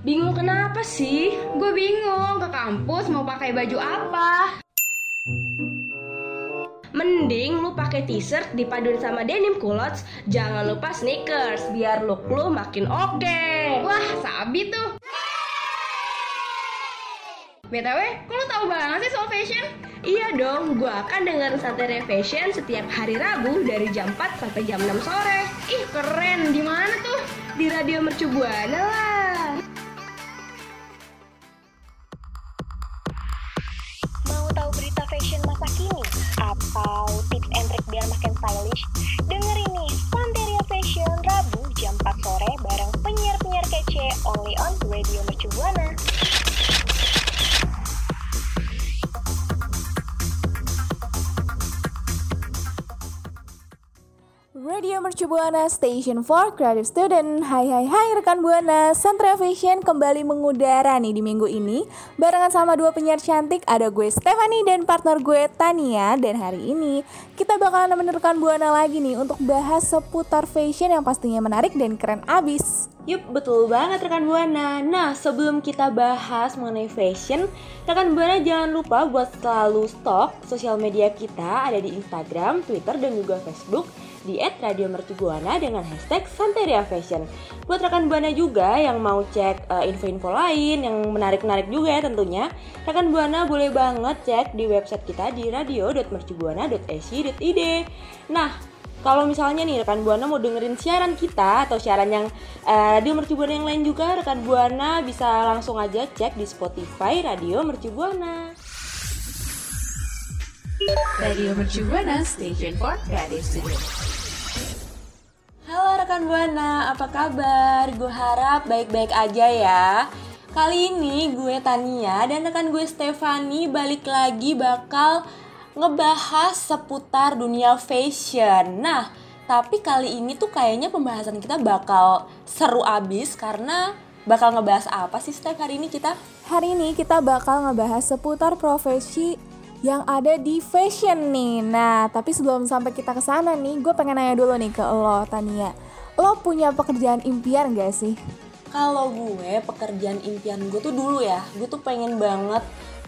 Bingung kenapa sih? Gue bingung ke kampus mau pakai baju apa. Mending lu pakai t-shirt dipaduin sama denim culottes, jangan lupa sneakers biar look lu makin oke. Wah, sabi tuh. BTW, kok lu tahu banget sih soal fashion? Iya dong, gua akan dengerin Santai Fashion setiap hari Rabu dari jam 4 sampai jam 6 sore. Ih, keren. Di mana tuh? Di Radio Mercu Buana lah. Mau tahu berita fashion masa kini? Atau tips and trik biar makin stylish? Dengerin nih Santeria Fashion Rabu jam 4 sore bareng penyiar-penyiar kece only on Radio Mercu Buana. Radio Mercu Buana Station for Creative Student. Hai rekan Buana, Santeria Fashion kembali mengudara nih di minggu ini barengan sama dua penyiar cantik. Ada gue Stephanie dan partner gue Tania. Dan hari ini kita bakalan nemenin rekan Buana lagi nih untuk bahas seputar fashion yang pastinya menarik dan keren abis. Yup, betul banget rekan Buana. Nah, sebelum kita bahas mengenai fashion, rekan Buana jangan lupa buat selalu stok sosial media kita ada di Instagram, Twitter, dan juga Facebook di @radiomercubuana dengan hashtag Santeria Fashion. Buat rekan Buana juga yang mau cek info-info lain yang menarik-menarik juga ya tentunya, rekan Buana boleh banget cek di website kita di radio.mercubuana.ac.id. Nah, kalau misalnya nih rekan Buana mau dengerin siaran kita atau siaran yang Radio Mercu Buana yang lain juga, rekan Buana bisa langsung aja cek di Spotify Radio Mercu Buana. Radio Mercu Buana Station for Creative Student. Halo rekan Buana, apa kabar? Gue harap baik-baik aja ya. Kali ini gue Tania dan rekan gue Stephanie balik lagi bakal ngebahas seputar dunia fashion. Nah, tapi kali ini tuh kayaknya pembahasan kita bakal seru abis karena bakal ngebahas apa sih Steph hari ini kita? Hari ini kita bakal ngebahas seputar profesi yang ada di fashion nih. Nah, tapi sebelum sampai kita ke sana nih, gue pengen nanya dulu nih ke lo, Tania. Lo punya pekerjaan impian gak sih? Kalau gue, pekerjaan impian gue tuh dulu ya, gue tuh pengen banget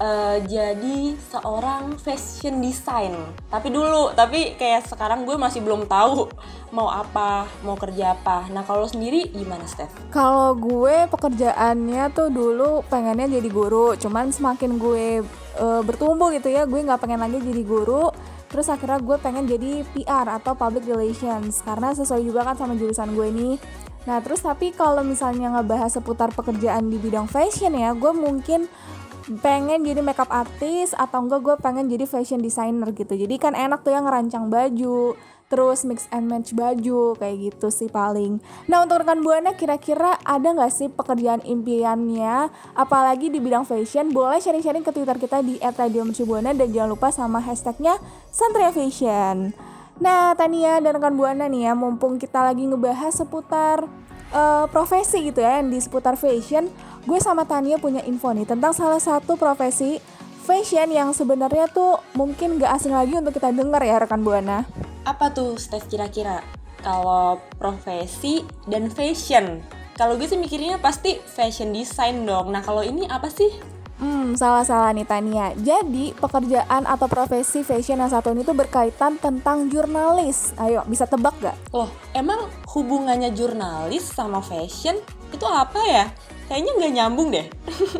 jadi seorang fashion design. Tapi kayak sekarang gue masih belum tahu mau apa, mau kerja apa. Nah, kalau sendiri gimana, Steph? Kalau gue pekerjaannya tuh dulu pengennya jadi guru, cuman semakin gue bertumbuh gitu ya, gue nggak pengen lagi jadi guru. Terus akhirnya gue pengen jadi PR atau public relations karena sesuai juga kan sama jurusan gue nih. Nah terus tapi kalau misalnya ngebahas seputar pekerjaan di bidang fashion ya, gue mungkin pengen jadi makeup artist atau enggak gue pengen jadi fashion designer gitu. Jadi kan enak tuh yang ngerancang baju, terus mix and match baju kayak gitu sih paling. Nah untuk rekan Buana kira-kira ada gak sih pekerjaan impiannya apalagi di bidang fashion? Boleh sharing-sharing ke Twitter kita di @radiomercubuana dan jangan lupa sama hashtagnya Santeria Fashion. Nah Tania dan rekan Buana nih ya, mumpung kita lagi ngebahas seputar profesi gitu ya yang di seputar fashion, gue sama Tania punya info nih tentang salah satu profesi fashion yang sebenarnya tuh mungkin gak asing lagi untuk kita dengar ya rekan Buana. Apa tuh Steph kira-kira? Kalau profesi dan fashion, kalau gue sih mikirnya pasti fashion design dong. Nah kalau ini apa sih? Salah nih Tania. Jadi pekerjaan atau profesi fashion yang satu ini tuh berkaitan tentang jurnalis. Ayo bisa tebak gak? Loh, emang hubungannya jurnalis sama fashion itu apa ya? Kayaknya nggak nyambung deh.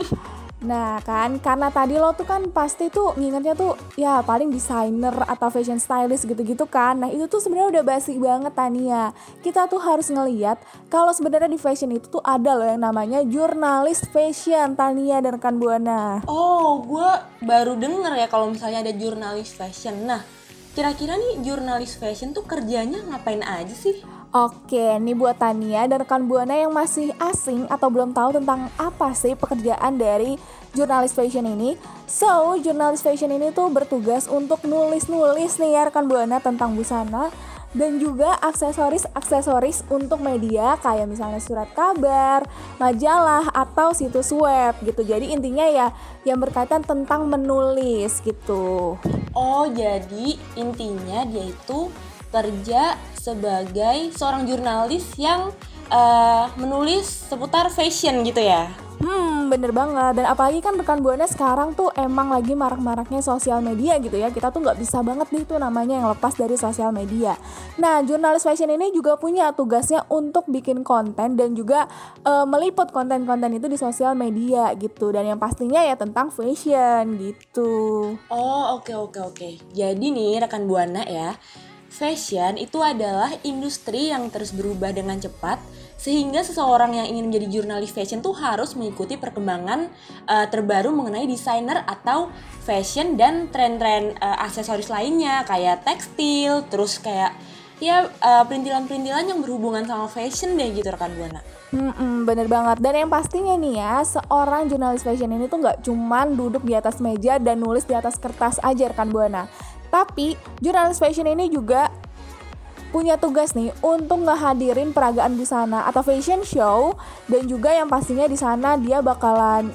Nah kan, karena tadi lo tuh kan pasti tuh ngingetnya tuh ya paling desainer atau fashion stylist gitu-gitu kan. Nah itu tuh sebenarnya udah basi banget Tania. Kita tuh harus ngelihat kalau sebenarnya di fashion itu tuh ada loh yang namanya jurnalis fashion, Tania dan rekan Buana. Oh, gue baru denger ya kalau misalnya ada jurnalis fashion. Nah, kira-kira nih jurnalis fashion tuh kerjanya ngapain aja sih? Oke, nih buat Tania dan rekan Buana yang masih asing atau belum tahu tentang apa sih pekerjaan dari jurnalis fashion ini. So, jurnalis fashion ini tuh bertugas untuk nulis-nulis nih ya rekan Buana tentang busana dan juga aksesoris untuk media kayak misalnya surat kabar, majalah atau situs web gitu. Jadi intinya ya yang berkaitan tentang menulis gitu. Oh, jadi intinya dia itu kerja sebagai seorang jurnalis yang menulis seputar fashion gitu ya? Bener banget. Dan apalagi kan rekan Buana sekarang tuh emang lagi marak-maraknya sosial media gitu ya. Kita tuh nggak bisa banget nih tuh namanya yang lepas dari sosial media. Nah, jurnalis fashion ini juga punya tugasnya untuk bikin konten dan juga meliput konten-konten itu di sosial media gitu. Dan yang pastinya ya tentang fashion gitu. Oh, oke. Jadi nih rekan Buana ya, fashion itu adalah industri yang terus berubah dengan cepat, sehingga seseorang yang ingin menjadi jurnalis fashion tuh harus mengikuti perkembangan terbaru mengenai desainer atau fashion dan tren-tren aksesoris lainnya kayak tekstil, terus kayak ya perintilan-perintilan yang berhubungan sama fashion deh gitu rekan Buana. Bener banget. Dan yang pastinya nih ya, seorang jurnalis fashion ini tuh gak cuman duduk di atas meja dan nulis di atas kertas aja rekan Buana. Tapi jurnalis fashion ini juga punya tugas nih untuk ngehadirin peragaan busana atau fashion show, dan juga yang pastinya di sana dia bakalan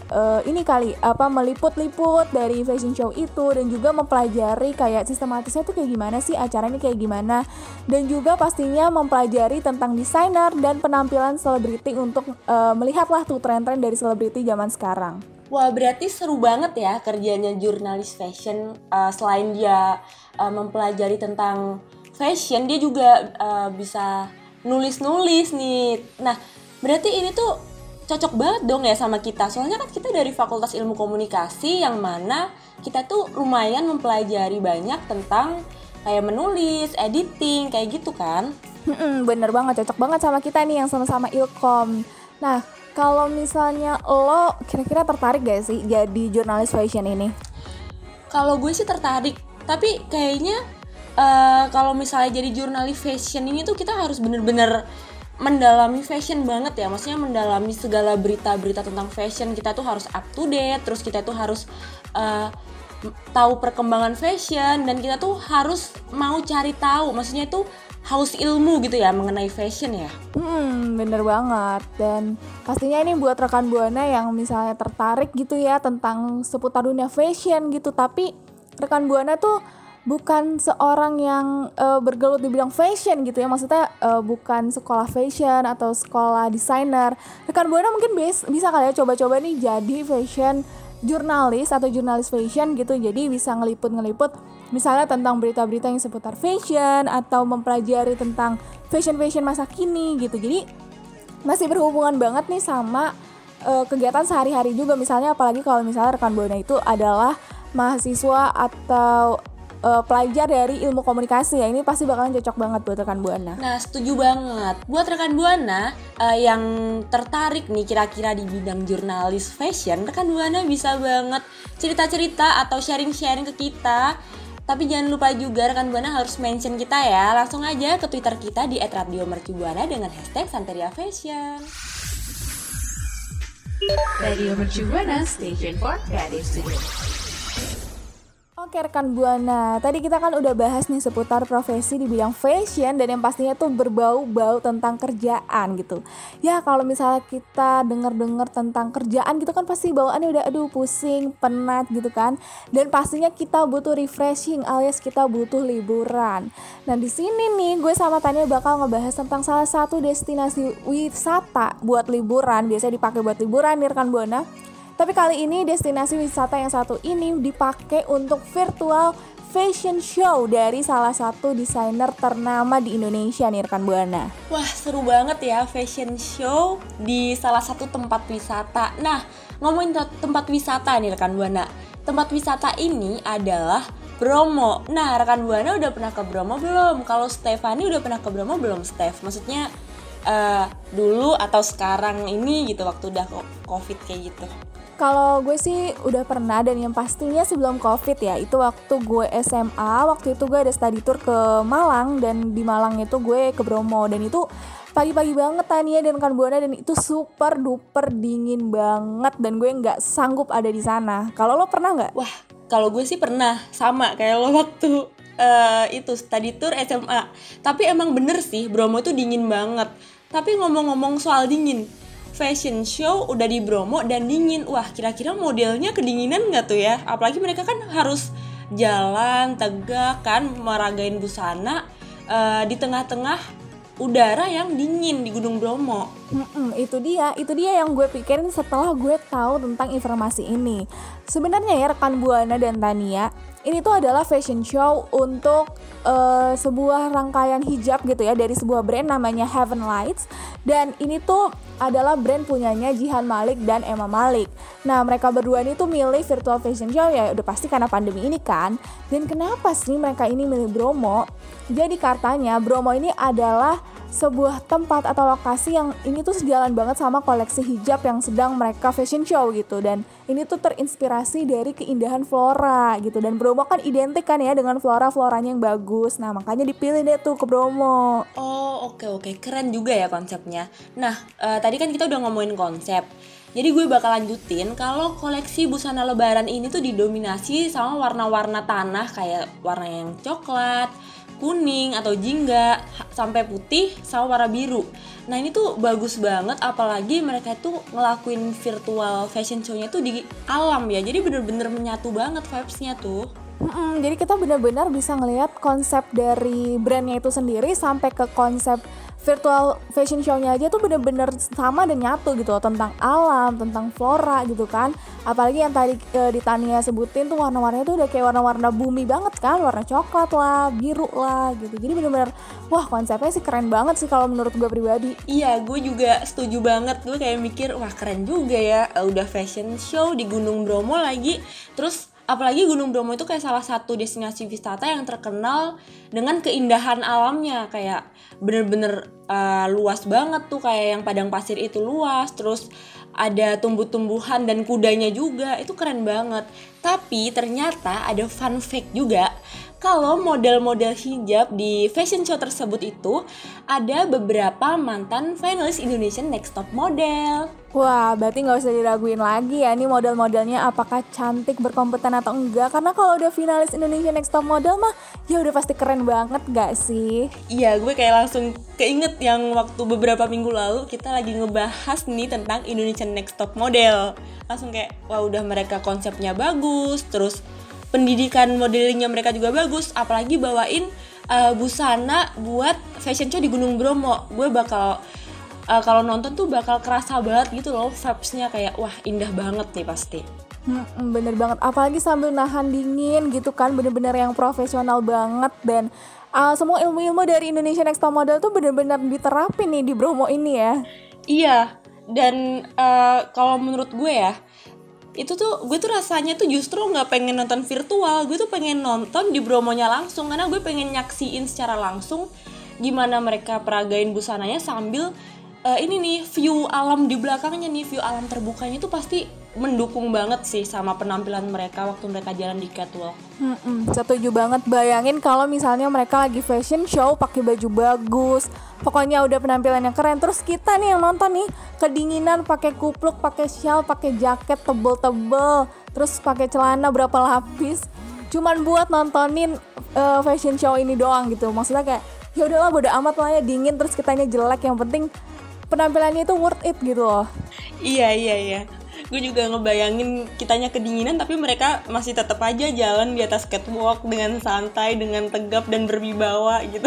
meliput-liput dari fashion show itu, dan juga mempelajari kayak sistematisnya tuh kayak gimana sih, acaranya kayak gimana, dan juga pastinya mempelajari tentang desainer dan penampilan selebriti untuk melihatlah tuh tren-tren dari selebriti zaman sekarang. Wah, berarti seru banget ya kerjanya jurnalis fashion. Selain dia mempelajari tentang fashion, dia juga bisa nulis-nulis nih. Nah, berarti ini tuh cocok banget dong ya sama kita. Soalnya kan kita dari Fakultas Ilmu Komunikasi yang mana kita tuh lumayan mempelajari banyak tentang kayak menulis, editing, kayak gitu kan. Bener banget, cocok banget sama kita nih yang sama-sama Ilkom. Nah, kalau misalnya lo kira-kira tertarik gak sih jadi jurnalis fashion ini? Kalau gue sih tertarik, tapi kayaknya kalau misalnya jadi jurnalis fashion ini tuh kita harus bener-bener mendalami fashion banget ya. Maksudnya mendalami segala berita-berita tentang fashion. Kita tuh harus up to date, terus kita tuh harus tahu perkembangan fashion, dan kita tuh harus mau cari tahu. Maksudnya itu haus ilmu gitu ya mengenai fashion ya. Bener banget. Dan pastinya ini buat rekan Buana yang misalnya tertarik gitu ya tentang seputar dunia fashion gitu, tapi rekan Buana tuh bukan seorang yang bergelut di bidang fashion gitu ya, maksudnya bukan sekolah fashion atau sekolah desainer. Rekan Buana mungkin bisa kali ya coba-coba nih jadi fashion jurnalis atau jurnalis fashion gitu, jadi bisa ngeliput misalnya tentang berita-berita yang seputar fashion atau mempelajari tentang fashion masa kini gitu. Jadi masih berhubungan banget nih sama kegiatan sehari-hari juga, misalnya apalagi kalau misalnya rekan Buana itu adalah mahasiswa atau pelajar dari ilmu komunikasi ya, ini pasti bakalan cocok banget buat rekan Buana. Nah, setuju banget. Buat rekan Buana yang tertarik nih kira-kira di bidang jurnalis fashion, rekan Buana bisa banget cerita-cerita atau sharing-sharing ke kita. Tapi jangan lupa juga rekan Buana harus mention kita ya. Langsung aja ke Twitter kita di @radiomercubuana dengan hashtag Santeria Fashion. Radio Mercu Buana, Station for Creative Studio. Oke rekan Buana, tadi kita kan udah bahas nih seputar profesi di bidang fashion dan yang pastinya tuh berbau-bau tentang kerjaan gitu. Ya kalau misalnya kita dengar tentang kerjaan gitu kan pasti bawaannya udah pusing, penat gitu kan. Dan pastinya kita butuh refreshing alias kita butuh liburan. Nah di sini nih gue sama Tania bakal ngebahas tentang salah satu destinasi wisata buat liburan, biasanya dipakai buat liburan nih rekan Buana. Tapi kali ini destinasi wisata yang satu ini dipakai untuk virtual fashion show dari salah satu desainer ternama di Indonesia nih rekan Buana. Wah seru banget ya fashion show di salah satu tempat wisata. Nah ngomongin tempat wisata nih rekan Buana, tempat wisata ini adalah Bromo. Nah rekan Buana udah pernah ke Bromo belum? Kalau Stefani udah pernah ke Bromo belum Stef? Maksudnya dulu atau sekarang ini gitu waktu udah covid kayak gitu. Kalau gue sih udah pernah, dan yang pastinya sebelum covid ya, itu waktu gue SMA, waktu itu gue ada study tour ke Malang, dan di Malang itu gue ke Bromo, dan itu pagi-pagi banget Tania dan rekan Buana, dan itu super duper dingin banget dan gue nggak sanggup ada di sana. Kalau lo pernah nggak? Wah kalau gue sih pernah, sama kayak lo waktu itu study tour SMA. Tapi emang bener sih Bromo tuh dingin banget. Tapi ngomong-ngomong soal dingin, fashion show udah di Bromo dan dingin. Wah kira-kira modelnya kedinginan gak tuh ya? Apalagi mereka kan harus jalan tegak kan, meragain busana di tengah-tengah udara yang dingin di Gunung Bromo. Itu dia yang gue pikirin setelah gue tahu tentang informasi ini. Sebenarnya ya rekan Buana dan Tania, ini tuh adalah fashion show untuk sebuah rangkaian hijab gitu ya, dari sebuah brand namanya Heaven Lights. Dan ini tuh adalah brand punyanya Jihan Malik dan Emma Malik. Nah, mereka berdua ini tuh milih virtual fashion show ya udah pasti karena pandemi ini kan. Dan kenapa sih mereka ini milih Bromo? Jadi katanya Bromo ini adalah sebuah tempat atau lokasi yang ini tuh sejalan banget sama koleksi hijab yang sedang mereka fashion show gitu. Dan ini tuh terinspirasi dari keindahan flora gitu. Dan Bromo kan identik kan ya dengan floranya yang bagus. Nah, makanya dipilih deh tuh ke Bromo. Oh, oke. Keren juga ya konsepnya. Nah, tadi kan kita udah ngomongin konsep. Jadi gue bakal lanjutin kalau koleksi busana lebaran ini tuh didominasi sama warna-warna tanah kayak warna yang coklat, kuning atau jingga, sampai putih sama warna biru. Nah, ini tuh bagus banget, apalagi mereka tuh ngelakuin virtual fashion show-nya tuh di alam ya. Jadi bener-bener menyatu banget vibes-nya tuh. Jadi kita benar-benar bisa ngelihat konsep dari brandnya itu sendiri sampai ke konsep virtual fashion show-nya aja tuh benar-benar sama dan nyatu gitu loh, tentang alam, tentang flora gitu kan. Apalagi yang tadi di Tania sebutin tuh warna-warnanya tuh udah kayak warna-warna bumi banget kan, warna coklat lah, biru lah gitu. Jadi benar-benar wah, konsepnya sih keren banget sih kalau menurut gue pribadi. Iya, gue juga setuju banget. Gue kayak mikir, wah keren juga ya, udah fashion show di Gunung Bromo lagi. Terus apalagi Gunung Bromo itu kayak salah satu destinasi wisata yang terkenal dengan keindahan alamnya. Kayak bener-bener luas banget tuh, kayak yang padang pasir itu luas. Terus ada tumbuh-tumbuhan dan kudanya juga, itu keren banget. Tapi ternyata ada fun fact juga, kalau model-model hijab di fashion show tersebut itu ada beberapa mantan finalis Indonesian Next Top Model. Wah, berarti nggak usah diraguin lagi ya nih model-modelnya apakah cantik, berkompeten atau enggak. Karena kalau udah finalis Indonesia Next Top Model mah ya udah pasti keren banget gak sih? Iya, gue kayak langsung keinget yang waktu beberapa minggu lalu kita lagi ngebahas nih tentang Indonesian Next Top Model. Langsung kayak, wah udah mereka konsepnya bagus, terus pendidikan modelingnya mereka juga bagus, apalagi bawain busana buat fashion show di Gunung Bromo. Gue bakal kalau nonton tuh bakal kerasa banget gitu loh vibes-nya, kayak wah indah banget nih pasti. Bener banget, apalagi sambil nahan dingin gitu kan, bener-bener yang profesional banget. Dan semua ilmu-ilmu dari Indonesia Next Top Model tuh bener-bener diterapin nih di Bromo ini ya. Iya, dan kalau menurut gue ya, itu tuh gue tuh rasanya tuh justru nggak pengen nonton virtual, gue tuh pengen nonton di Bromonya langsung, karena gue pengen nyaksiin secara langsung gimana mereka peragain busananya sambil ini nih view alam di belakangnya nih, view alam terbukanya itu pasti mendukung banget sih sama penampilan mereka waktu mereka jalan di catwalk. Setuju banget. Bayangin kalau misalnya mereka lagi fashion show pakai baju bagus, pokoknya udah penampilannya keren, terus kita nih yang nonton nih kedinginan pakai kupluk, pakai shawl, pakai jaket tebel-tebel, terus pakai celana berapa lapis cuman buat nontonin fashion show ini doang gitu. Maksudnya kayak ya udahlah bodo amat lah ya, dingin terus kitanya jelek, yang penting penampilannya itu worth it gitu loh. Iya. Gue juga ngebayangin kitanya kedinginan tapi mereka masih tetap aja jalan di atas catwalk dengan santai, dengan tegap dan berwibawa gitu.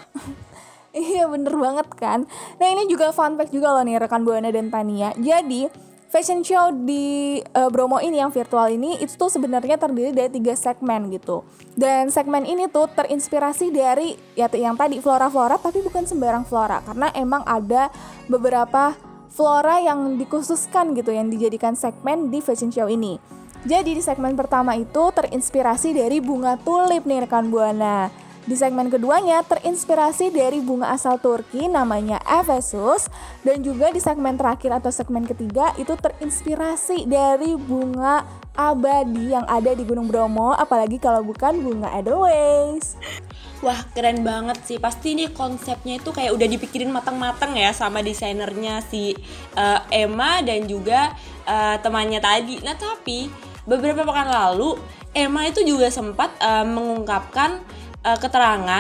Iya bener banget kan. Nah ini juga fun fact juga loh nih rekan Buana dan Tania. Jadi fashion show di Bromo ini yang virtual ini itu tuh sebenarnya terdiri dari 3 segmen gitu. Dan segmen ini tuh terinspirasi dari ya yang tadi flora-flora, tapi bukan sembarang flora, karena emang ada beberapa flora yang dikhususkan gitu yang dijadikan segmen di fashion show ini. Jadi di segmen pertama itu terinspirasi dari bunga tulip nih rekan Buana. Di segmen keduanya terinspirasi dari bunga asal Turki namanya Ephesus. Dan juga di segmen terakhir atau segmen ketiga itu terinspirasi dari bunga abadi yang ada di Gunung Bromo, apalagi kalau bukan bunga Edelweiss. Wah keren banget sih, pasti nih konsepnya itu kayak udah dipikirin matang-matang ya sama desainernya si Emma dan juga temannya tadi. Nah tapi beberapa pekan lalu Emma itu juga sempat mengungkapkan keterangan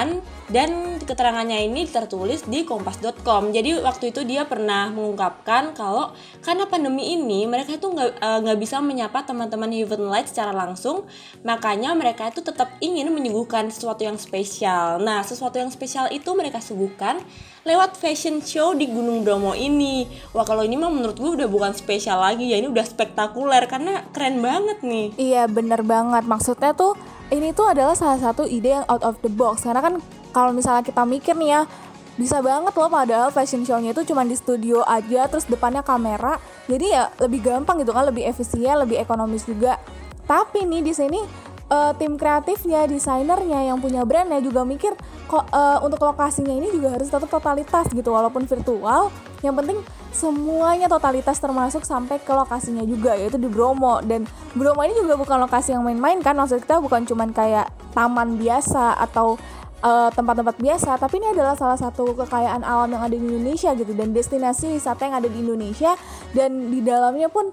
Dan keterangannya ini tertulis di kompas.com. Jadi waktu itu dia pernah mengungkapkan kalau karena pandemi ini mereka itu nggak bisa menyapa teman-teman Heaven Light secara langsung, makanya mereka itu tetap ingin menyuguhkan sesuatu yang spesial. Nah, sesuatu yang spesial itu mereka suguhkan lewat fashion show di Gunung Bromo ini. Wah, kalau ini mah menurut gue udah bukan spesial lagi ya, ini udah spektakuler karena keren banget nih. Iya bener banget, maksudnya tuh ini tuh adalah salah satu ide yang out of the box. Karena kan kalau misalnya kita mikir nih ya, bisa banget loh padahal fashion show-nya itu cuma di studio aja, terus depannya kamera. Jadi ya lebih gampang gitu kan, lebih efisien, lebih ekonomis juga. Tapi nih di sini tim kreatifnya, desainernya, yang punya brandnya juga mikir kok untuk lokasinya ini juga harus tetap totalitas gitu, walaupun virtual. Yang penting semuanya totalitas termasuk sampai ke lokasinya juga, yaitu di Bromo. Dan Bromo ini juga bukan lokasi yang main-main kan, maksud kita bukan cuman kayak taman biasa atau tempat-tempat biasa, tapi ini adalah salah satu kekayaan alam yang ada di Indonesia gitu, dan destinasi wisata yang ada di Indonesia. Dan di dalamnya pun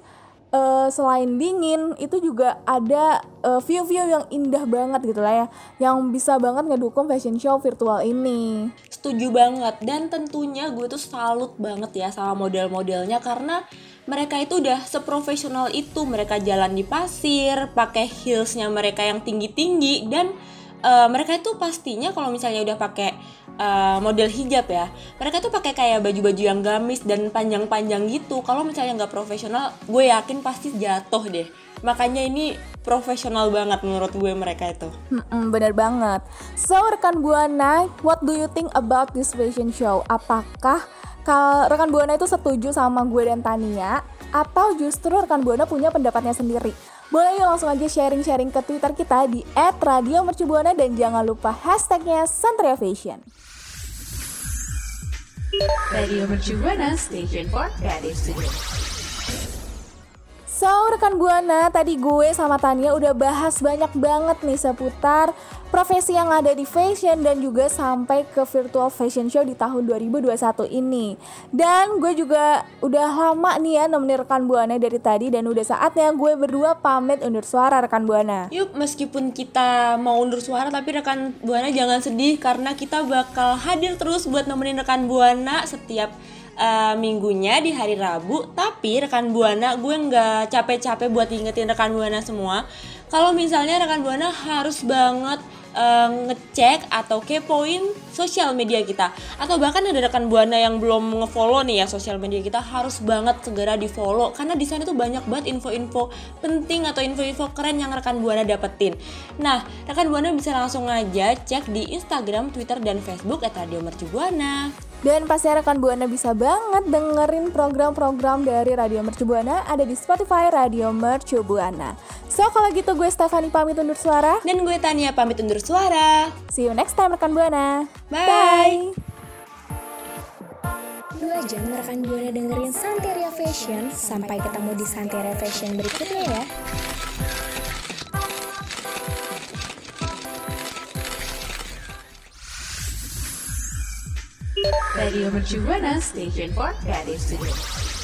selain dingin itu juga ada view-view yang indah banget gitu lah ya, yang bisa banget ngedukung fashion show virtual ini. Setuju banget, dan tentunya gue tuh salut banget ya sama model-modelnya karena mereka itu udah seprofesional itu. Mereka jalan di pasir, pakai heelsnya mereka yang tinggi-tinggi, dan mereka itu pastinya kalau misalnya udah pakai model hijab ya, mereka tuh pakai kayak baju-baju yang gamis dan panjang-panjang gitu. Kalau misalnya nggak profesional, gue yakin pasti jatuh deh. Makanya ini profesional banget menurut gue mereka itu. Bener banget. So rekan Buana, what do you think about this fashion show? Apakah rekan Buana itu setuju sama gue dan Tania, atau justru rekan Buana punya pendapatnya sendiri? Boleh yuk langsung aja sharing-sharing ke Twitter kita di @radiomercubuana, dan jangan lupa hashtagnya Santeria Fashion. Radio Mercu Buana, Station for Creative Studio. So rekan Buana, tadi gue sama Tania udah bahas banyak banget nih seputar profesi yang ada di fashion dan juga sampai ke virtual fashion show di tahun 2021 ini. Dan gue juga udah lama nih ya nemenin rekan Buana dari tadi, dan udah saatnya gue berdua pamit undur suara rekan Buana. Yuk, meskipun kita mau undur suara tapi rekan Buana jangan sedih karena kita bakal hadir terus buat nemenin rekan Buana setiap minggunya di hari Rabu. Tapi rekan Buana, gue nggak capek-capek buat ingetin rekan Buana semua kalau misalnya rekan Buana harus banget ngecek atau kepoin sosial media kita, atau bahkan ada rekan Buana yang belum ngefollow nih ya sosial media kita, harus banget segera di follow karena di sana tuh banyak banget info-info penting atau info-info keren yang rekan Buana dapetin. Nah, rekan Buana bisa langsung aja cek di Instagram, Twitter, dan Facebook @radiomercubuana. Dan pasti rekan Buana bisa banget dengerin program-program dari Radio Mercu Buana ada di Spotify Radio Mercu Buana. So kalau gitu gue Stefani pamit undur suara, dan gue Tania pamit undur suara. See you next time rekan Buana. Bye. 2 jam rekan Buana dengerin Santeria Fashion. Sampai ketemu di Santeria Fashion berikutnya ya. Radio Mercu Buana, Station for Creative Studio.